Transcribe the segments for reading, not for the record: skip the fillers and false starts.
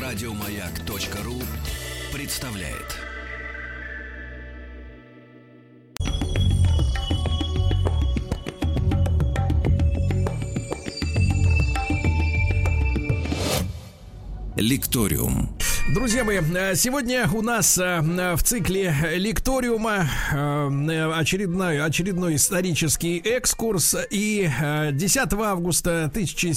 Радиомаяк.ру представляет. Лекториум. Друзья мои, сегодня у нас в цикле лекториума очередной исторический экскурс. И 10 августа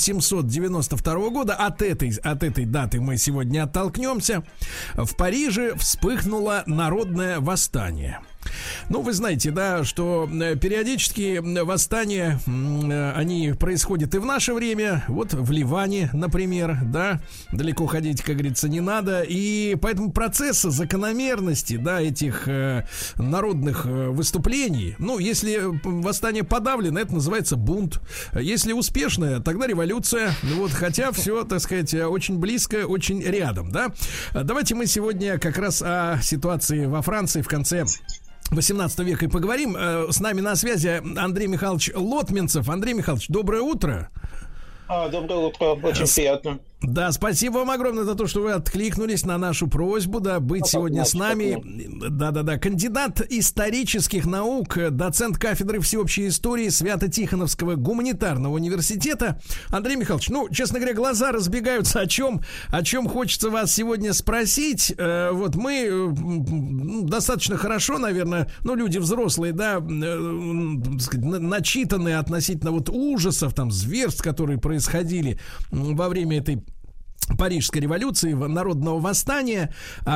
1792 года от этой даты мы сегодня оттолкнемся. В Париже вспыхнуло народное восстание. Ну, вы знаете, да, что периодически восстания, они происходят и в наше время. Вот в Ливане, например, да, далеко ходить, как говорится, не надо. И поэтому процесс закономерности, да, этих народных выступлений, ну, если восстание подавлено, это называется бунт. Если успешное, тогда революция. Вот, хотя все, так сказать, очень близко, очень рядом, да. Давайте мы сегодня как раз о ситуации во Франции в конце 18 века и поговорим. С нами на связи Андрей Михайлович Лотминцев. Андрей Михайлович, доброе утро. Доброе утро, очень приятно. Да, спасибо вам огромное за то, что вы откликнулись на нашу просьбу, да, быть сегодня с нами. Да. Кандидат исторических наук, доцент кафедры всеобщей истории Свято-Тихоновского гуманитарного университета. Андрей Михайлович, ну, честно говоря, глаза разбегаются, о чем хочется вас сегодня спросить. Вот мы достаточно хорошо, наверное, ну, люди взрослые, да, начитанные относительно вот ужасов, там, зверств, которые происходили во время этой Парижской революции, народного восстания.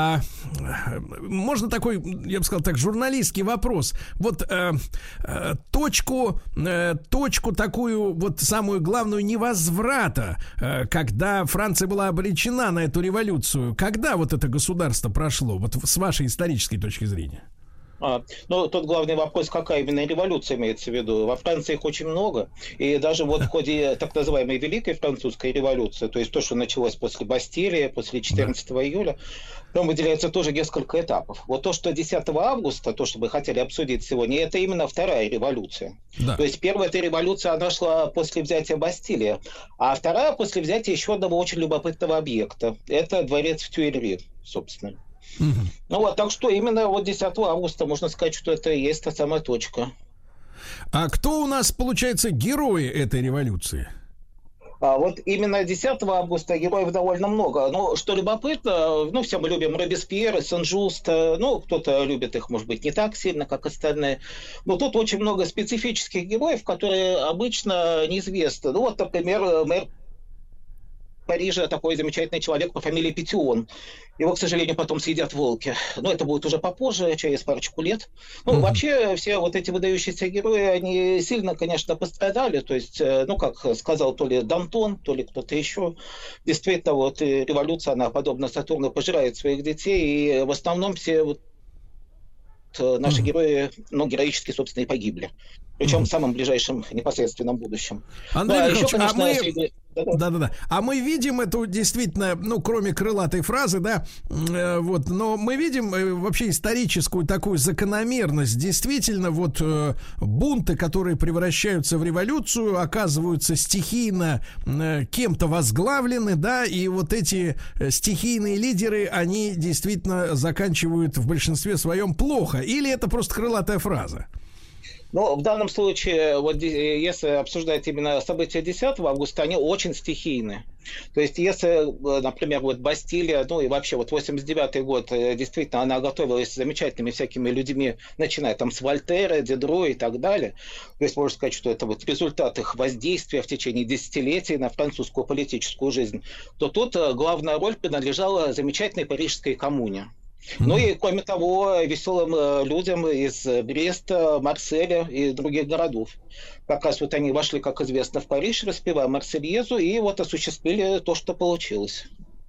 Можно такой, я бы сказал так, журналистский вопрос. Вот точку такую, вот самую главную невозврата, когда Франция была обречена на эту революцию, когда вот это государство прошло, вот с вашей исторической точки зрения? Ну, тут главный вопрос, какая именно революция имеется в виду. Во Франции их очень много, и даже вот в ходе так называемой Великой Французской революции, то есть то, что началось после Бастилии, после 14 июля, там выделяется тоже несколько этапов. Вот то, что 10 августа, то, что мы хотели обсудить сегодня, это именно вторая революция. Да. То есть первая эта революция, она шла после взятия Бастилии, а вторая после взятия еще одного очень любопытного объекта. Это дворец в Тюильри, собственно. Ну вот, так что именно вот 10 августа можно сказать, что это и есть та самая точка. А кто у нас, получается, герои этой революции? Вот именно 10 августа героев довольно много. Но что любопытно, ну, все мы любим Робеспьера, Сен-Жуста, ну, кто-то любит их, может быть, не так сильно, как остальные. Но тут очень много специфических героев, которые обычно неизвестны. Ну, вот, например, мэр Парижа, такой замечательный человек по фамилии Петион. Его, к сожалению, потом съедят волки. Но это будет уже попозже, через парочку лет. Ну, вообще, все вот эти выдающиеся герои, они сильно, конечно, пострадали. То есть, ну, как сказал то ли Дантон, то ли кто-то еще. Действительно, вот революция, она, подобно Сатурну, пожирает своих детей. И в основном все вот наши герои, ну, героически, собственно, и погибли. Причем в самом ближайшем непосредственном будущем. Андрей Михайлович, конечно, Да. А мы видим эту действительно, ну, кроме крылатой фразы, да, вот, но мы видим вообще историческую такую закономерность. Действительно, вот бунты, которые превращаются в революцию, оказываются стихийно кем-то возглавлены, да, и вот эти стихийные лидеры, они действительно заканчивают в большинстве своем плохо. Или это просто крылатая фраза? Ну, в данном случае, вот если обсуждать именно события 10 августа, они очень стихийны. То есть, если, например, вот Бастилия, ну и вообще вот 89-й год, действительно, она готовилась с замечательными всякими людьми, начиная там с Вольтера, Дидро и так далее. То есть, можно сказать, что это вот результат их воздействия в течение десятилетий на французскую политическую жизнь. То тут главная роль принадлежала замечательной парижской коммуне. Ну и, кроме того, веселым людям из Бреста, Марселя и других городов. Как раз вот они вошли, как известно, в Париж, распевая Марсельезу, и вот осуществили то, что получилось.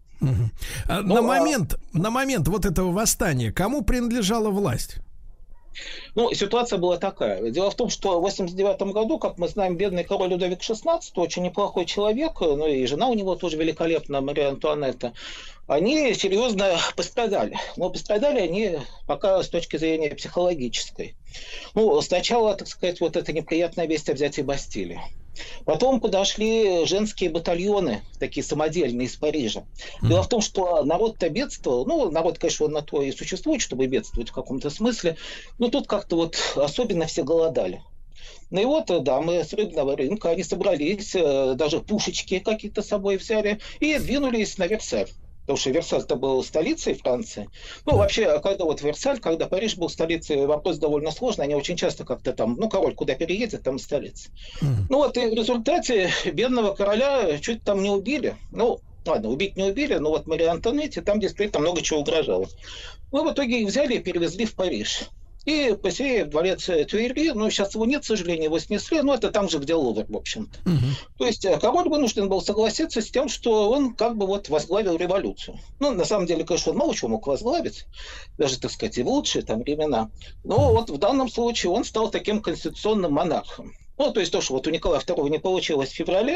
На момент вот этого восстания кому принадлежала власть? Ну, ситуация была такая. Дело в том, что в 89 году, как мы знаем, бедный король Людовик XVI, очень неплохой человек, ну и жена у него тоже великолепная, Мария Антуанетта, они серьезно пострадали. Но пострадали они пока с точки зрения психологической. Ну, сначала, так сказать, вот эта неприятная весть о взятии Бастилии. Потом подошли женские батальоны, такие самодельные из Парижа. Дело в том, что народ-то бедствовал. Ну, народ, конечно, он на то и существует, чтобы бедствовать в каком-то смысле. Но тут как-то вот особенно все голодали. Ну и вот, да, мы с рыбного рынка, они собрались, даже пушечки какие-то с собой взяли и двинулись на Версаль. Потому что Версаль-то был столицей Франции. Ну, вообще, когда вот Версаль, когда Париж был столицей, вопрос довольно сложный. Они очень часто как-то там, ну, король куда переедет, там столица. Ну вот, и в результате бедного короля чуть там не убили. Ну, ладно, убить не убили, но вот Марии Антуанетте там действительно много чего угрожало. Ну, в итоге их взяли и перевезли в Париж. И поселили в дворец Тюильри. Ну, сейчас его нет, к сожалению, его снесли. Но это там же, где Лувр, в общем-то. То есть король вынужден был согласиться с тем, что он как бы вот возглавил революцию. Ну, на самом деле, конечно, он мало чего мог возглавить. Даже, так сказать, и в лучшие там времена. Но вот в данном случае он стал таким конституционным монархом. Ну, то есть то, что вот у Николая II не получилось в феврале,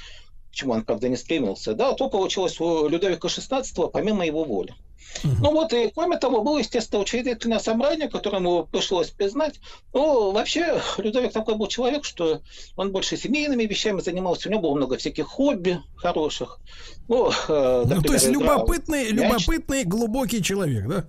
к чему он, правда, не стремился, да, то получилось у Людовика XVI помимо его воли. Ну вот, и кроме того, было, естественно, учредительное собрание, которому пришлось признать. Ну, вообще, Людовик такой был человек, что он больше семейными вещами занимался, у него было много всяких хобби хороших. Ну, например, то есть любопытный, глубокий человек, да?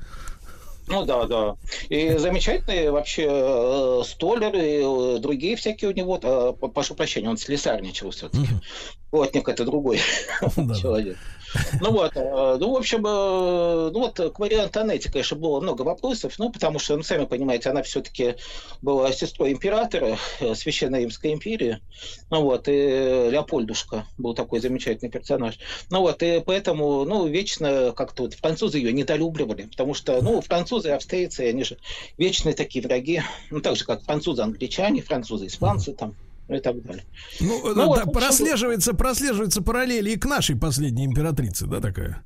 Ну да, да. И замечательные вообще столер и другие всякие у него. Прошу прощения, он слесарничал все-таки. Плотник это другой человек. Ну вот, ну в общем, ну вот к Марии Антуанетте, конечно, было много вопросов, ну потому что, ну сами понимаете, она все-таки была сестрой императора Священной Римской империи, ну вот, и Леопольдушка был такой замечательный персонаж. Ну вот, и поэтому, ну, вечно как-то вот французы ее недолюбливали, потому что, ну, французы и австрийцы, они же вечные такие враги, ну так же, как французы-англичане, французы-испанцы там. И так далее. Ну да, вот, прослеживается параллели и к нашей последней императрице, да, такая?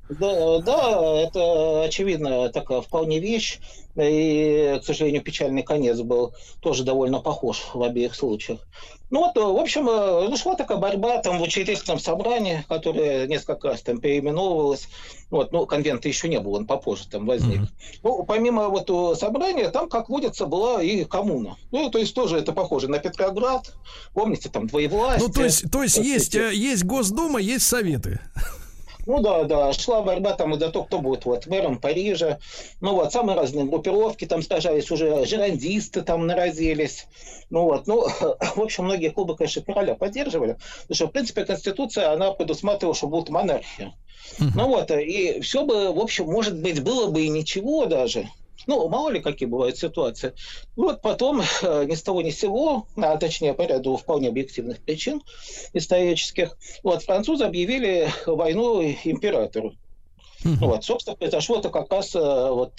Да, это очевидно такая вполне вещь. И, к сожалению, печальный конец был тоже довольно похож в обеих случаях. Ну вот, в общем, шла такая борьба там в учредительном собрании, которое несколько раз там переименовывалось. Вот, ну, конвента еще не было, он попозже там возник. Ну, помимо вот собрания, там, как водится, была и коммуна. Ну, то есть тоже это похоже на Петроград. Помните, там двоевластие. Ну, то есть есть Госдума, есть Советы. Ну да, шла борьба там и до того, кто будет вот мэром Парижа. Ну вот, самые разные группировки там сражались, уже жерандисты там народились. Ну вот, ну, в общем, многие клубы, конечно, короля поддерживали. Потому что, в принципе, Конституция, она предусматривала, что будет монархия. Ну вот, и все бы, в общем, может быть, было бы и ничего даже. Ну, мало ли какие бывают ситуации. Вот потом ни с того ни с сего, а точнее по ряду вполне объективных причин исторических, вот французы объявили войну императору. Вот, собственно, произошло это как раз вот, в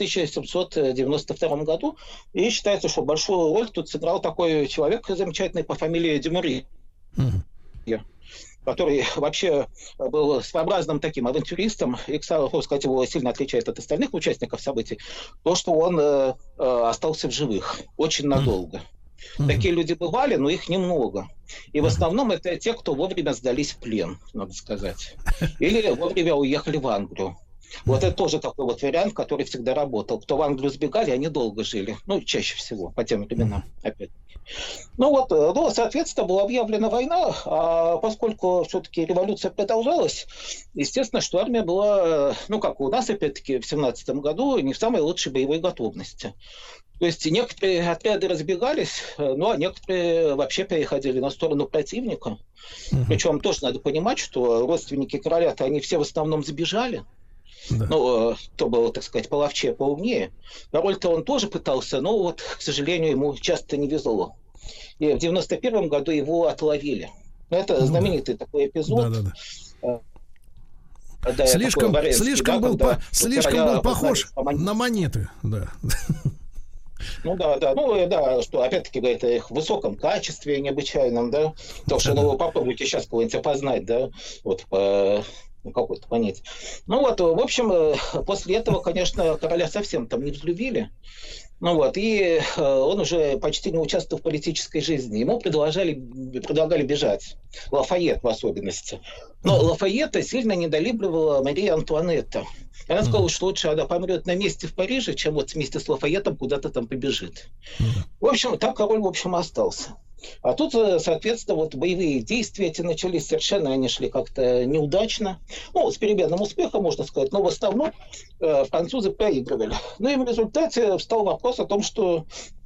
1792 году. И считается, что большую роль тут сыграл такой человек замечательный по фамилии Дюмурье. Который вообще был своеобразным таким авантюристом, и, кстати, сказать, его сильно отличает от остальных участников событий, то, что он остался в живых очень надолго. Такие люди бывали, но их немного. И в основном это те, кто вовремя сдались в плен, надо сказать. Или вовремя уехали в Англию. Вот это тоже такой вот вариант, который всегда работал. Кто в Англию сбегали, они долго жили. Ну, чаще всего, по тем временам, опять. Ну вот, ну, соответственно, была объявлена война, а поскольку все-таки революция продолжалась, естественно, что армия была, ну, как у нас, опять-таки, в 17 году, не в самой лучшей боевой готовности. То есть некоторые отряды разбегались, ну, а некоторые вообще переходили на сторону противника. Причем тоже надо понимать, что родственники короля-то, они все в основном сбежали. Да. Ну, кто был, так сказать, половчее, поумнее. Король-то он тоже пытался, но вот, к сожалению, ему часто не везло. И в 91 году его отловили. Это знаменитый такой эпизод. Да, слишком был похож на монеты. Да. Ну да, что опять-таки говорит о их высоком качестве необычайном, да. Потому что, ну, попробуйте сейчас кого-нибудь опознать, да, вот по какой-то монете. Ну вот, в общем, после этого, конечно, короля совсем там не взлюбили. Ну вот, и он уже почти не участвовал в политической жизни. Ему предлагали бежать. Лафайет в особенности. Но Лафайета сильно недолюбливала Мария Антуанетта. Она сказала, что лучше она помрет на месте в Париже, чем вот вместе с Лафайетом куда-то там побежит. В общем, так король, в общем, остался. А тут, соответственно, вот боевые действия эти начались совершенно, они шли как-то неудачно. Ну, с переменным успехом, можно сказать, но в основном французы проигрывали. Ну и в результате встал вопрос о том, что,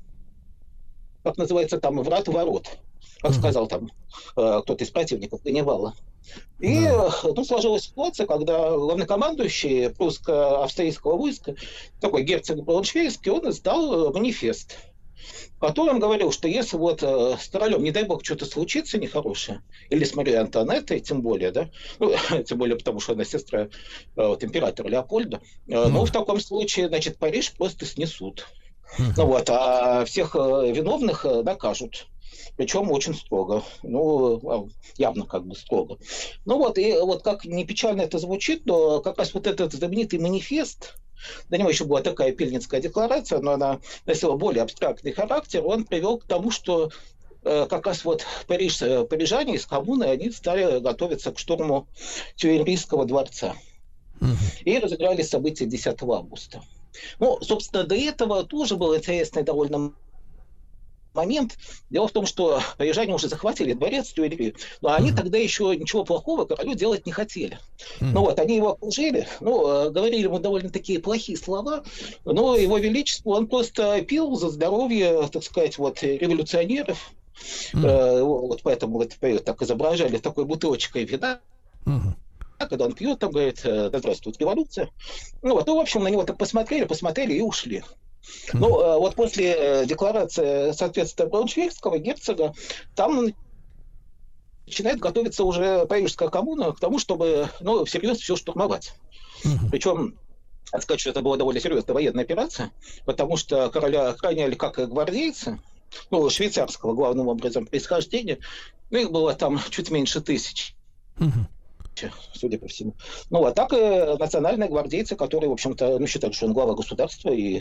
как называется, там, врат ворот, как сказал там кто-то из противников Ганнибала. И ну, сложилась ситуация, когда главнокомандующий прусско-австрийского войска, такой герцог Брауншвейгский, он издал манифест, в котором говорил, что если вот с королем, не дай бог, что-то случится нехорошее, или с Марией Антуанеттой, тем более, да, ну, тем более потому, что она сестра вот, императора Леопольда, ну, в таком случае, значит, Париж просто снесут. Ну вот, а всех виновных накажут. Причем очень строго. Ну, явно как бы строго. Ну вот, и вот как не печально это звучит, но как раз вот этот знаменитый манифест, до него еще была такая Пельницкая декларация, но она носила более абстрактный характер, он привел к тому, что как раз вот парижане из коммуны, они стали готовиться к штурму Тюильрийского дворца. И разыгрались события 10 августа. Ну, собственно, до этого тоже был интересный довольно момент. Дело в том, что парижане уже захватили дворец Тюильри, но они тогда еще ничего плохого королю делать не хотели. Ну вот, они его окружили, ну, говорили ему довольно такие плохие слова, но его величество, он просто пил за здоровье, так сказать, вот, революционеров. Вот поэтому в этот период так изображали такой бутылочкой вина. Когда он пьет, там говорит, да здравствует революция. Ну вот, ну, в общем, на него так посмотрели и ушли. Ну, вот после декларации, соответственно, Брауншвейгского герцога, там начинает готовиться уже парижская коммуна к тому, чтобы, ну, всерьез все штурмовать. Причем, надо сказать, что это была довольно серьезная военная операция, потому что короля охраняли как гвардейцы, ну, швейцарского главным образом происхождения, ну, их было там чуть меньше 1000. Судя по всему. Ну, а так и национальные гвардейцы, которые, в общем-то, ну, считают, что он глава государства, и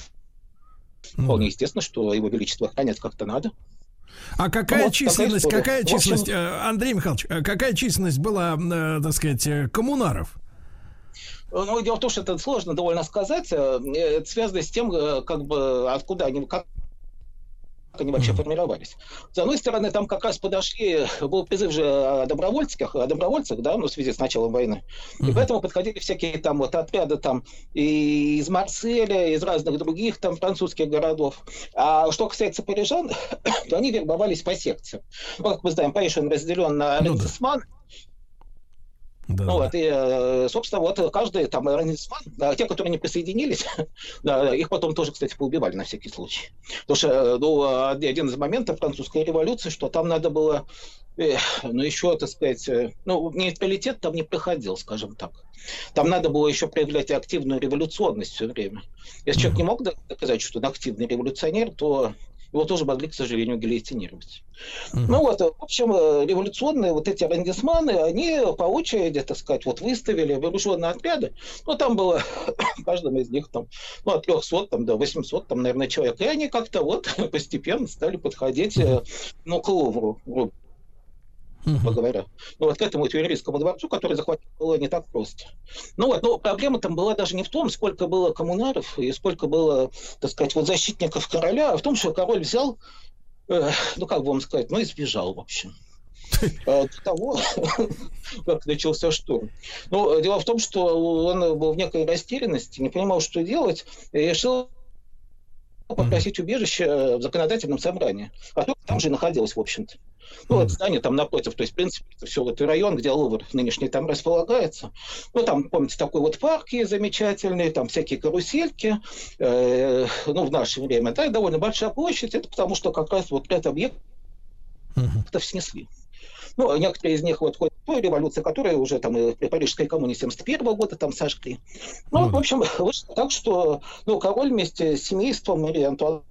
вполне естественно, что его величество охранять как-то надо. А какая численность, Андрей Михайлович, какая численность была, так сказать, коммунаров? Ну, дело в том, что это сложно довольно сказать. Это связано с тем, как бы, откуда они, как они вообще формировались. С одной стороны, там как раз подошли, был призыв же о добровольцах, да, ну, в связи с началом войны. И поэтому подходили всякие там вот отряды там и из Марселя, из разных других там французских городов. А что касается парижан, то они вербовались по секциям. Ну, как мы знаем, Париж он разделен на аррondissement. Да, ну, вот, и, собственно, вот каждый там аррondissement, те, которые не присоединились, да, их потом тоже, кстати, поубивали на всякий случай. Потому что, ну, один из моментов французской революции, что там надо было, ну, еще, так сказать, ну, нейтралитет там не проходил, скажем так. Там надо было еще проявлять активную революционность все время. Если человек не мог доказать, что он активный революционер, то его тоже могли, к сожалению, гильотинировать. Ну вот, в общем, революционные вот эти аррondissement, они по очереди, так сказать, вот выставили вооруженные отряды. Ну, там было в каждом из них там, ну, от 300 там, до 800, там, наверное, человек. И они как-то вот постепенно стали подходить, ну, к Лувру, грубо говоря. Ну, вот к этому Тюильрийскому дворцу, который захватить было не так просто. Ну, вот, но проблема там была даже не в том, сколько было коммунаров и сколько было, так сказать, вот защитников короля, а в том, что король взял, ну, как бы вам сказать, ну, и сбежал, в общем. До того, как начался штурм. Ну, дело в том, что он был в некой растерянности, не понимал, что делать, и решил попросить убежище в законодательном собрании, которое там же находилось, в общем-то. Ну, вот здание там напротив, то есть, в принципе, это все вот район, где Лувр нынешний там располагается. Ну, там, помните, такой вот парк есть замечательный, там всякие карусельки, ну, в наше время, да, и довольно большая площадь, это потому что как раз вот ряд объектов снесли. Ну, некоторые из них вот ходят в той революции, которая уже там и при Парижской коммуне 71 года там сожгли. Ну, вот, в общем, вышло так, что, ну, король вместе с семейством Марии Антуанетты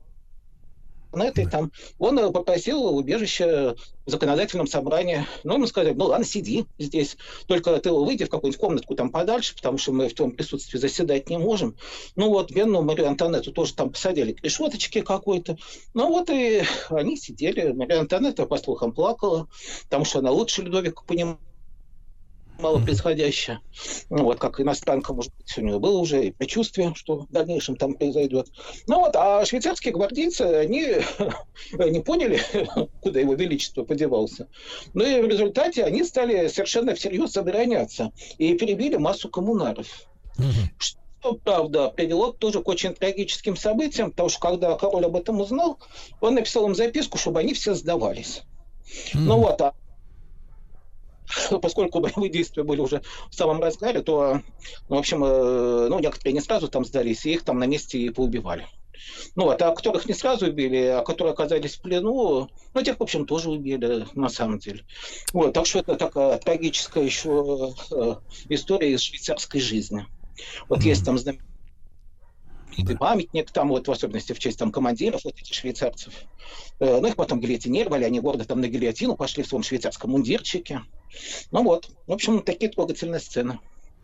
там, он попросил убежище в законодательном собрании. Ну, ему сказали, ну, ладно, сиди здесь, только ты выйди в какую-нибудь комнатку там подальше, потому что мы в твоем присутствии заседать не можем. Ну, вот, бедную Марию Антуанетту тоже там посадили к решеточке какой-то. Ну, вот и они сидели. Мария Антуанетта, по слухам, плакала, потому что она лучше Людовика понимала. мало происходящее. Ну, вот как иностранка, может быть, у него было уже и предчувствие, что в дальнейшем там произойдет. Ну вот, а швейцарские гвардейцы, они не поняли, куда его величество подевался. Ну и в результате они стали совершенно всерьез обороняться и перебили массу коммунаров. Что, правда, привело тоже к очень трагическим событиям, потому что когда король об этом узнал, он написал им записку, чтобы они все сдавались. Ну вот, поскольку боевые действия были уже в самом разгаре, то, в общем, некоторые не сразу там сдались, и их там на месте и поубивали. Ну вот, а которых не сразу убили, а которые оказались в плену, тех, в общем, тоже убили, на самом деле. Вот, так что это такая трагическая еще история из швейцарской жизни. Вот есть там знаменитый памятник, там вот в особенности в честь там командиров вот этих швейцарцев. Их потом гильотинировали, они гордо там на гильотину пошли в своем швейцарском мундирчике. Ну вот, в общем, такие трогательные сцены.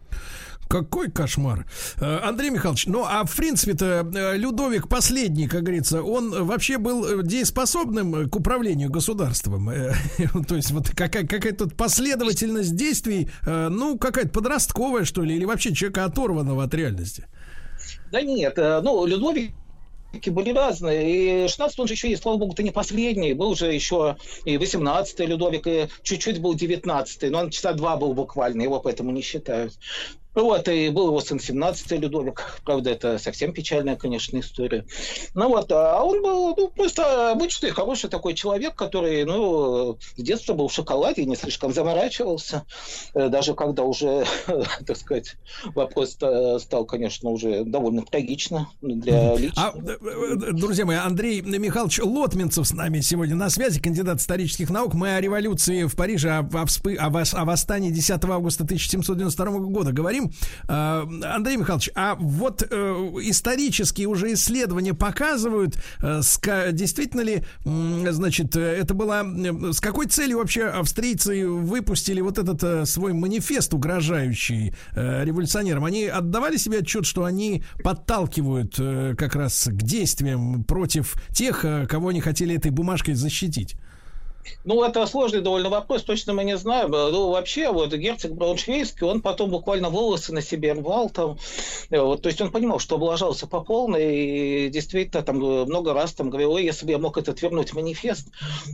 Какой кошмар. Андрей Михайлович, в принципе-то Людовик последний, как говорится, он вообще был дееспособным к управлению государством. То есть вот какая-то последовательность действий, какая-то подростковая, что ли, или вообще человека оторванного от реальности? Да нет, Людовик были разные. И 16 он же еще, и, слава богу, не последний. Был уже еще и 18-й Людовик, и чуть-чуть был 19-й. Но он часа 2 был буквально, его поэтому не считают. Вот, и был его сын 17-й Людовик. Правда, это совсем печальная, конечно, история. А он был, просто обычный, хороший такой человек, который, с детства был в шоколаде и не слишком заморачивался. Даже когда уже, так сказать, вопрос стал, конечно, уже довольно трагично для личности. Друзья мои, Андрей Михайлович Лотминцев с нами сегодня на связи, кандидат исторических наук. Мы о революции в Париже, о восстании 10 августа 1792 года говорим. Андрей Михайлович, а вот исторические уже исследования показывают, действительно ли, значит, это была, с какой целью вообще австрийцы выпустили вот этот свой манифест, угрожающий революционерам? Они отдавали себе отчет, что они подталкивают как раз к действиям против тех, кого они хотели этой бумажкой защитить? Это сложный довольно вопрос, точно мы не знаем. Вообще, герцог Брауншвейгский, он потом буквально волосы на себе рвал там. То есть он понимал, что облажался по полной, и действительно там много раз там говорил: если бы я мог этот вернуть манифест.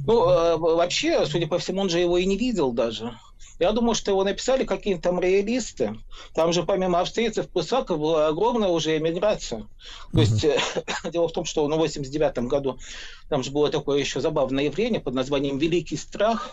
Вообще, судя по всему, он же его и не видел даже. Я думаю, что его написали какие-то там роялисты. Там же помимо австрийцев, прусаков была огромная уже эмиграция. То есть дело в том, что в 1989 году там же было такое еще забавное явление под названием «Великий страх».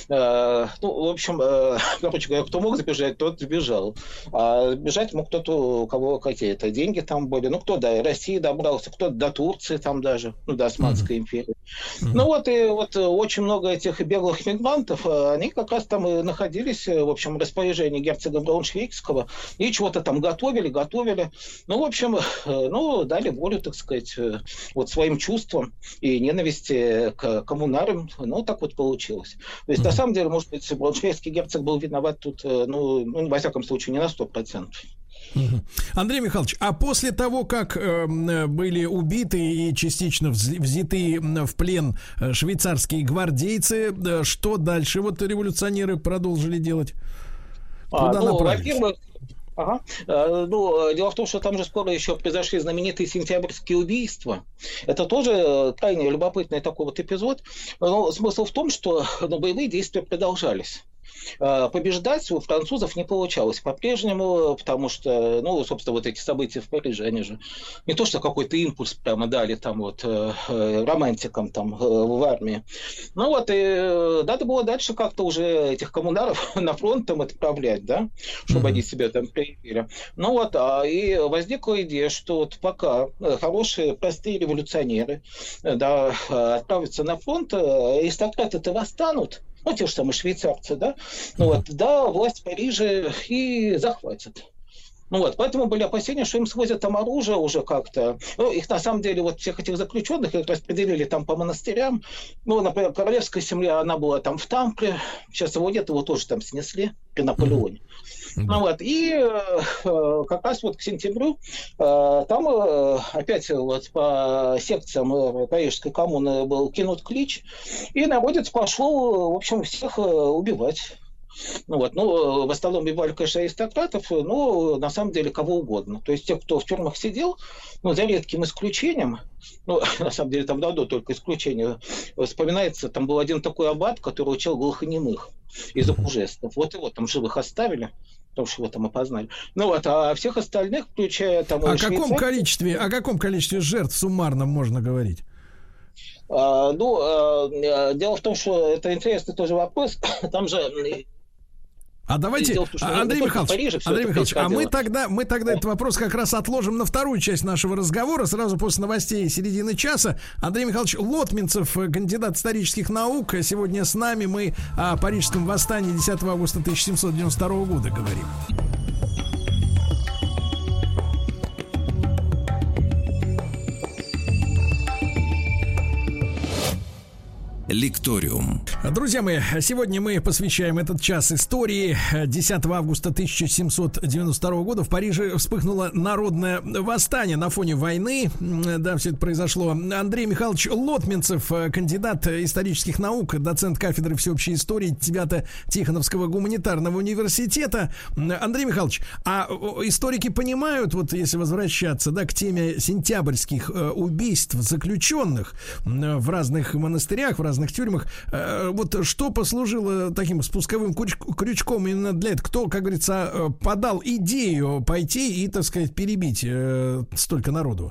В общем, короче говоря, кто мог сбежать, тот сбежал. А сбежать мог кто-то, у кого какие-то деньги там были. Кто до России добрался, кто до Турции там даже, до Османской империи. И очень много этих беглых мигрантов, они как раз там и находились, в общем, в распоряжении герцога Брауншвейгского, и чего-то там готовили. В общем, дали волю, так сказать, своим чувствам и ненависти к коммунарам. Так вот получилось. То есть, на самом деле, может быть, Брауншвейгский герцог был виноват тут, во всяком случае, не на 100%. Андрей Михайлович, а после того, как были убиты и частично взяты в плен швейцарские гвардейцы, что дальше революционеры продолжили делать? Куда направились? Во-первых, дело в том, что там же скоро еще произошли знаменитые сентябрьские убийства. Это тоже крайне любопытный такой эпизод. Но смысл в том, что боевые действия продолжались. Побеждать у французов не получалось по-прежнему, потому что, собственно, эти события в Париже, они же не то, что какой-то импульс прямо дали там романтикам там в армии. И надо было дальше как-то уже этих коммунаров на фронт там отправлять, да, чтобы они себя там проявили. И возникла идея, что пока хорошие, простые революционеры, да, отправятся на фронт, аристократы-то восстанут, те же самые швейцарцы, да, власть в Париже и захватят. Поэтому были опасения, что им свозят там оружие уже как-то. Их на самом деле, всех этих заключенных, их распределили там по монастырям. Например, королевская семья, она была там в Тампле. Сейчас его нет, его тоже там снесли при Наполеоне. И как раз к сентябрю там опять по секциям Парижской коммуны был кинут клич, и народец пошел, в общем, всех убивать. Ну, вот, ну, в основном убивали, конечно, аристократов, но на самом деле кого угодно. То есть тех, кто в тюрьмах сидел, ну, за редким исключением, ну, на самом деле там давно только исключение, вспоминается, там был один такой аббат, который учил глухонемых из апужестов. Вот его там живых оставили, потому что его там опознали. Ну вот, а всех остальных, включая там... О каком количестве жертв суммарно можно говорить? Дело в том, что это интересный тоже вопрос. Там же... А давайте, Андрей Михайлович, а мы тогда этот вопрос как раз отложим на вторую часть нашего разговора, сразу после новостей середины часа. Андрей Михайлович Лотминцев, кандидат исторических наук, сегодня с нами. Мы о Парижском восстании 10 августа 1792 года говорим. Лекториум. Друзья мои, сегодня мы посвящаем этот час истории. 10 августа 1792 года в Париже вспыхнуло народное восстание на фоне войны. Да, все это произошло. Андрей Михайлович Лотминцев, кандидат исторических наук, доцент кафедры всеобщей истории Тихоновского гуманитарного университета. Андрей Михайлович, а историки понимают, вот если возвращаться, да, к теме сентябрьских убийств заключенных в разных монастырях, в разных тюрьмах, вот что послужило таким спусковым крючком именно для этого? Кто, как говорится, подал идею пойти и, так сказать, перебить столько народу?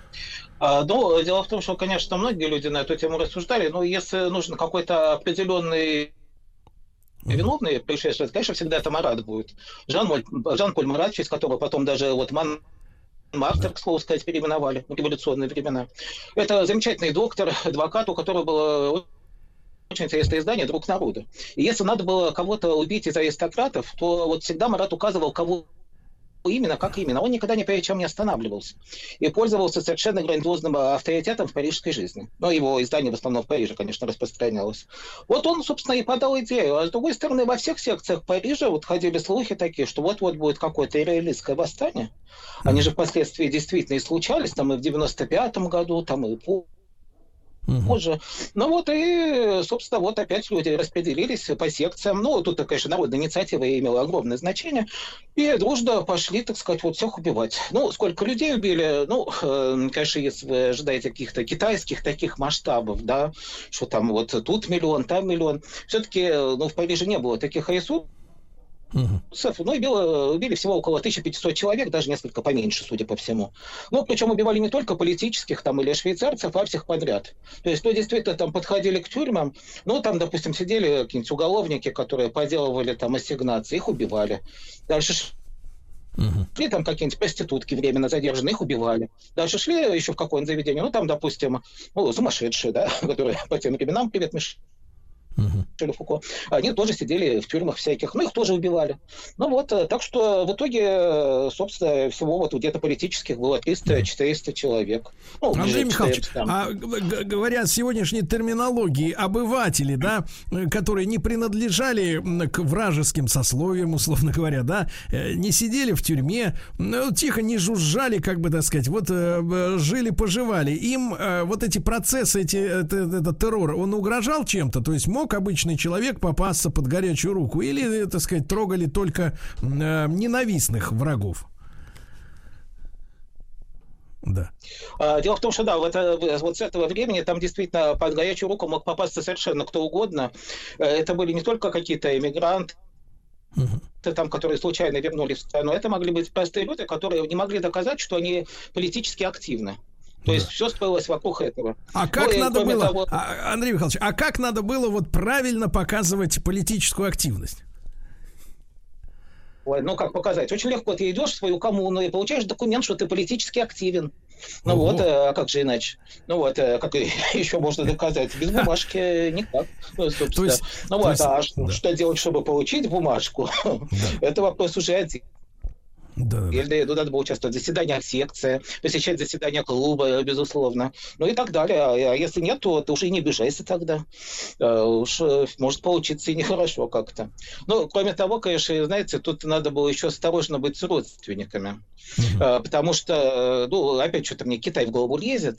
Ну, дело в том, что, конечно, многие люди на эту тему рассуждали, но если нужен какой-то определенный виновный пришедший, конечно, всегда это Марат будет. Жан-Поль Марат, в честь которого потом даже вот Монмартр, к слову сказать, переименовали в революционные времена. Это замечательный доктор, адвокат, у которого было очень интересное издание «Друг народа». И если надо было кого-то убить из аристократов, то вот всегда Марат указывал, кого именно, как именно. Он никогда ни перед чем не останавливался. И пользовался совершенно грандиозным авторитетом в парижской жизни. Но его издание в основном в Париже, конечно, распространялось. Вот он, собственно, и подал идею. А с другой стороны, во всех секциях Парижа вот ходили слухи такие, что вот-вот будет какое-то реалистское восстание. Они же впоследствии действительно и случались, там и в 95-м году, там и позже. Ну вот и, собственно, вот опять люди распределились по секциям. Ну, тут, конечно, народная инициатива имела огромное значение. И дружно пошли, так сказать, вот всех убивать. Ну, сколько людей убили? Ну, конечно, если вы ожидаете каких-то китайских таких масштабов, да, что там вот тут миллион, там миллион. Все-таки, ну, в Париже не было таких ресурсов. Ну, убили всего около 1500 человек, даже несколько поменьше, судя по всему. Ну, причем убивали не только политических там или швейцарцев, а всех подряд. То есть, ну, действительно, там подходили к тюрьмам, ну, там, допустим, сидели какие-нибудь уголовники, которые поделывали там ассигнации, их убивали. Дальше шли там какие-нибудь проститутки временно задержанные, их убивали. Дальше шли еще в какое-нибудь заведение, ну, там, допустим, ну, сумасшедшие, да, которые по тем временам, привет, Миша, Фуко. Они тоже сидели в тюрьмах всяких, ну их тоже убивали. Ну вот, так что в итоге, собственно, всего вот где-то политических было 300-400 человек. Ну, Андрей Михайлович, говоря о сегодняшней терминологии, обыватели, да, которые не принадлежали к вражеским сословиям, условно говоря, да, не сидели в тюрьме, ну, тихо не жужжали, как бы, так сказать, вот жили-поживали. Им вот эти процессы, этот террор, он угрожал чем-то? То есть мог обычный человек попасться под горячую руку? Или, так сказать, трогали только ненавистных врагов? Да. Дело в том, что да, вот с этого времени там действительно под горячую руку мог попасться совершенно кто угодно. Это были не только какие-то эмигранты, там, которые случайно вернулись в страну, это могли быть простые люди, которые не могли доказать, что они политически активны. То есть все строилось вокруг этого. А как надо было, Андрей Михайлович, а как надо было вот правильно показывать политическую активность? Ой, ну как показать? Очень легко. Ты идешь в свою коммуну и получаешь документ, что ты политически активен. Ну вот, а как же иначе? Ну вот, как еще можно доказать? Без бумажки никак. Ну, собственно. Ну вот, что делать, чтобы получить бумажку? Это вопрос уже один. Да. Или надо было участвовать в заседаниях секции, посещать заседания клуба, безусловно. Ну и так далее. А если нет, то ты уже и не обижайся тогда. Уж может получиться и нехорошо как-то. Ну, кроме того, конечно, знаете, тут надо было еще осторожно быть с родственниками. Потому что, ну, опять что-то мне Китай в голову лезет.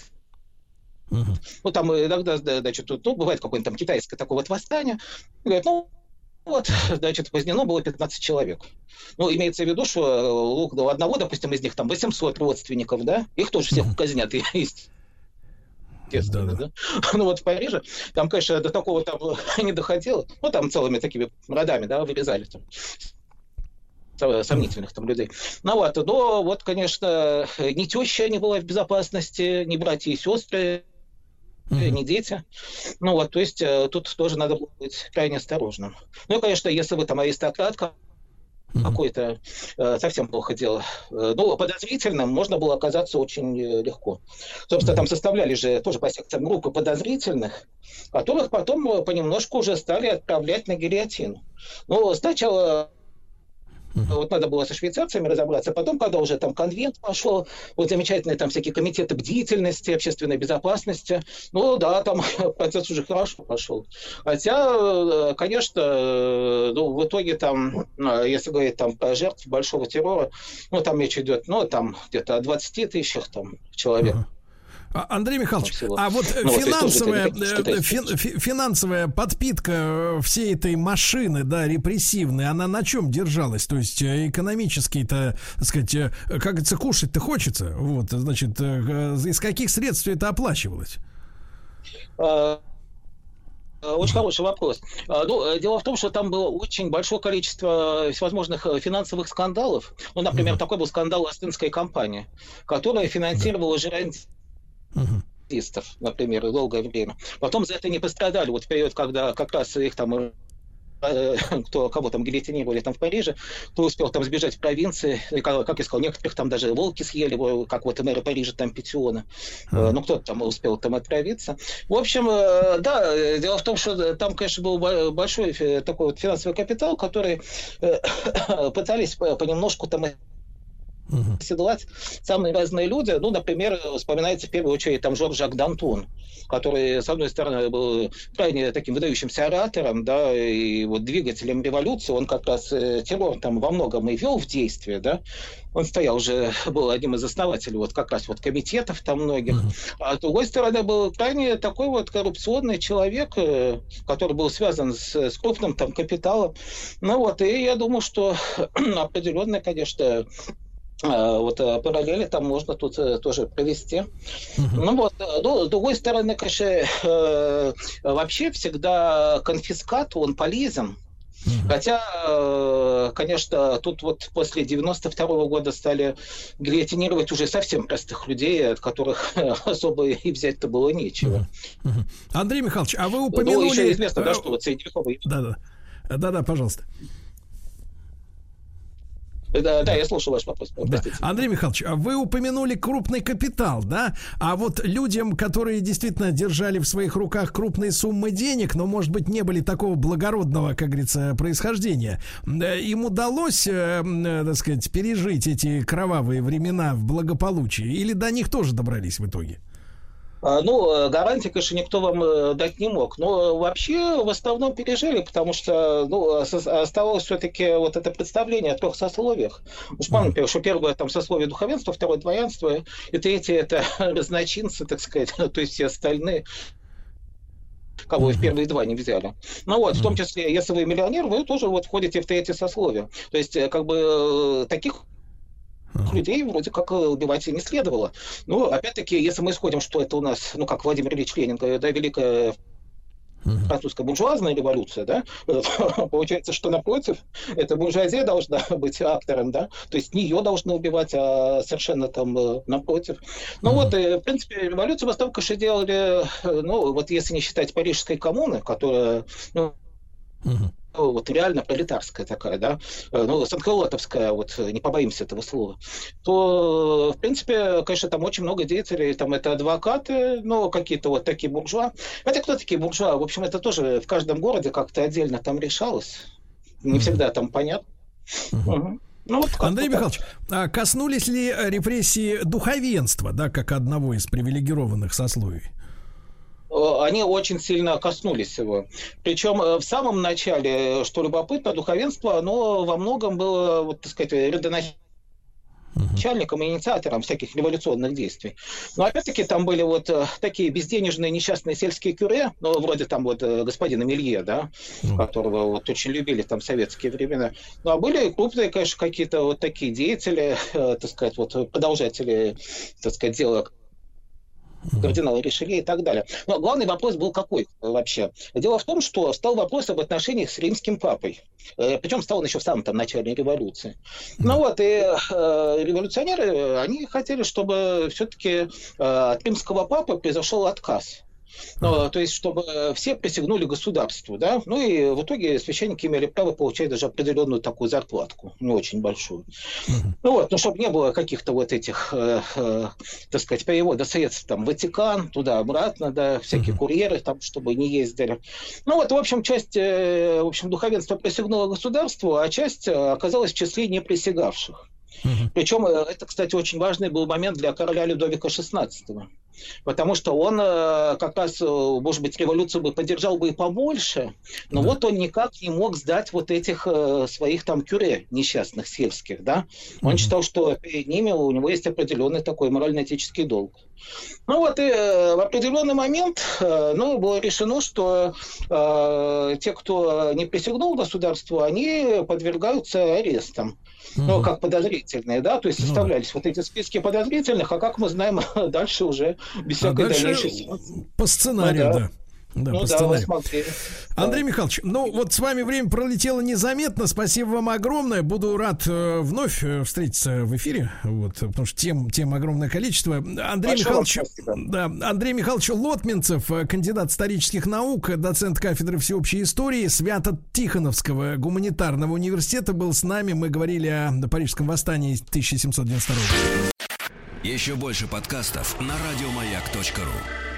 Ну, там иногда, значит, ну, бывает какое-нибудь там китайское такое вот восстание. Говорят, ну, Вот, значит, казнено было 15 человек. Ну, имеется в виду, что у одного, допустим, из них там 800 родственников, да, их тоже всех казнят, естественно, да. Ну, вот в Париже, там, конечно, до такого там не доходило. Ну, там целыми такими родами, да, вырезали там сомнительных там людей. Ну, вот, но вот, конечно, ни теща не была в безопасности, ни братья и сестры, не дети. Ну вот, то есть тут тоже надо быть крайне осторожным. Ну и, конечно, если вы там аристократ какой-то, совсем плохо дело. Ну, подозрительным можно было оказаться очень легко. Собственно, там составляли же тоже по секциям группы подозрительных, которых потом понемножку уже стали отправлять на гильотину. Ну, сначала вот надо было со швейцарцами разобраться, потом, когда уже там конвент пошел, вот замечательные там всякие комитеты бдительности, общественной безопасности, ну да, там процесс уже хорошо пошел. Хотя, конечно, ну, в итоге там, если говорить там про жертв большого террора, ну там речь идет, ну там где-то о 20 тысячах там человек. Андрей Михайлович, а вот финансовая подпитка всей этой машины, да, репрессивной, она на чем держалась? То есть экономически-то, так сказать, как говорится, кушать-то хочется, вот, значит, из каких средств это оплачивалось? Очень хороший вопрос. Ну, дело в том, что там было очень большое количество всевозможных финансовых скандалов. Ну, например, такой был скандал Остинской компании, которая финансировала жирантистов, например, долгое время. Потом за это не пострадали. Вот в период, когда как раз их там кого там гильотинировали там в Париже, кто успел там сбежать в провинции, как я сказал, некоторых там даже волки съели, как вот мэра Парижа там Петиона. Ну, кто-то там успел там отравиться. В общем, да, дело в том, что там, конечно, был большой такой вот финансовый капитал, который пытались понемножку там оседлать самые разные люди. Ну, например, вспоминается в первую очередь там Жорж-Жак Д'Антон, который, с одной стороны, был крайне таким выдающимся оратором, да, и вот двигателем революции. Он как раз террор там во многом и вел в действие, да. Он стоял уже, был одним из основателей вот как раз вот комитетов там многих. А с другой стороны, был крайне такой вот коррупционный человек, который был связан с крупным там капиталом. Ну вот, и я думаю, что определенно, конечно, вот параллели там можно тут тоже провести. Ну вот, с другой стороны, конечно, вообще всегда конфискат, он полезен. Хотя, конечно, тут вот после 92-го года стали гильотинировать уже совсем простых людей, от которых особо и взять-то было нечего. Андрей Михайлович, а вы упомянули... Ну, еще известно, да, что вот средневековые... Да, пожалуйста. Да, я слушаю ваш вопрос. Да. Андрей Михайлович, вы упомянули крупный капитал, да? А вот людям, которые действительно держали в своих руках крупные суммы денег, но, может быть, не были такого благородного, как говорится, происхождения, им удалось, так сказать, пережить эти кровавые времена в благополучии? Или до них тоже добрались в итоге? Ну, гарантии, конечно, никто вам дать не мог. Но вообще в основном пережили, потому что оставалось все-таки вот это представление о трех сословиях. Уж помните, что первое там сословие духовенства, второе дворянство, и третье это разночинцы, так сказать, то есть все остальные, кого и в первые два не взяли. Ну вот, в том числе, если вы миллионер, вы тоже вот входите в третье сословие. То есть, как бы, таких людей вроде как убивать и не следовало. Ну, опять-таки, если мы исходим, что это у нас, ну, как Владимир Ильич Ленин, да, великая французская буржуазная революция, да, получается, что напротив, эта буржуазия должна быть актором, да, то есть не ее должны убивать, а совершенно там напротив. Ну вот, в принципе, революцию Восток, конечно, делали, ну, вот если не считать Парижской коммуны, которая, ну, вот реально пролетарская такая, да, ну, санкелотовская, вот, не побоимся этого слова, то, в принципе, конечно, там очень много деятелей, там это адвокаты, ну, какие-то вот такие буржуа. Хотя кто такие буржуа? В общем, это тоже в каждом городе как-то отдельно там решалось. Не всегда там понятно. Ну, вот Андрей Михайлович, а коснулись ли репрессии духовенства, да, как одного из привилегированных сословий? Они очень сильно коснулись его. Причем в самом начале, что любопытно, духовенство, оно во многом было, вот, так сказать, начальником и инициатором всяких революционных действий. Но опять-таки там были вот такие безденежные несчастные сельские кюре, ну, вроде там вот господина Мелье, да, которого вот очень любили там в советские времена. Ну, а были крупные, конечно, какие-то вот такие деятели, так сказать, вот продолжатели, так сказать, дела кардинала Ришелье и так далее. Но главный вопрос был какой вообще? Дело в том, что стал вопрос об отношениях с римским папой. Причем стал он еще в самом там начале революции. Ну вот, и революционеры, они хотели, чтобы все-таки от римского папы произошел отказ. Ну, то есть, чтобы все присягнули государству, да, ну и в итоге священники имели право получать даже определенную такую зарплатку, не очень большую. Ну вот, ну, чтобы не было каких-то вот этих, так сказать, перевода средств, там, Ватикан, туда-обратно, да, всякие курьеры, там, чтобы не ездили. Ну вот, в общем, часть, в общем, духовенства присягнула государству, а часть оказалась в числе неприсягавших. Причем это, кстати, очень важный был момент для короля Людовика XVI, потому что он как раз, может быть, революцию бы поддержал бы и побольше, но вот он никак не мог сдать вот этих своих там кюре несчастных сельских, да. Он считал, что перед ними у него есть определенный такой морально-этический долг. Ну вот и в определенный момент, ну, было решено, что те, кто не присягнул государству, они подвергаются арестам. Ну, как подозрительные, да, то есть составлялись вот эти списки подозрительных, а как мы знаем, дальше уже без всякой дальнейшей... По сценарию, да. Да, ну да, вы смотрели. Андрей Михайлович, ну вот с вами время пролетело незаметно. Спасибо вам огромное. Буду рад вновь встретиться в эфире, вот, потому что тем огромное количество. Андрей Михайлович Лотминцев, кандидат исторических наук, доцент кафедры всеобщей истории Свято-Тихоновского гуманитарного университета, был с нами. Мы говорили о Парижском восстании 1792 года. Еще больше подкастов на радиомаяк.ру.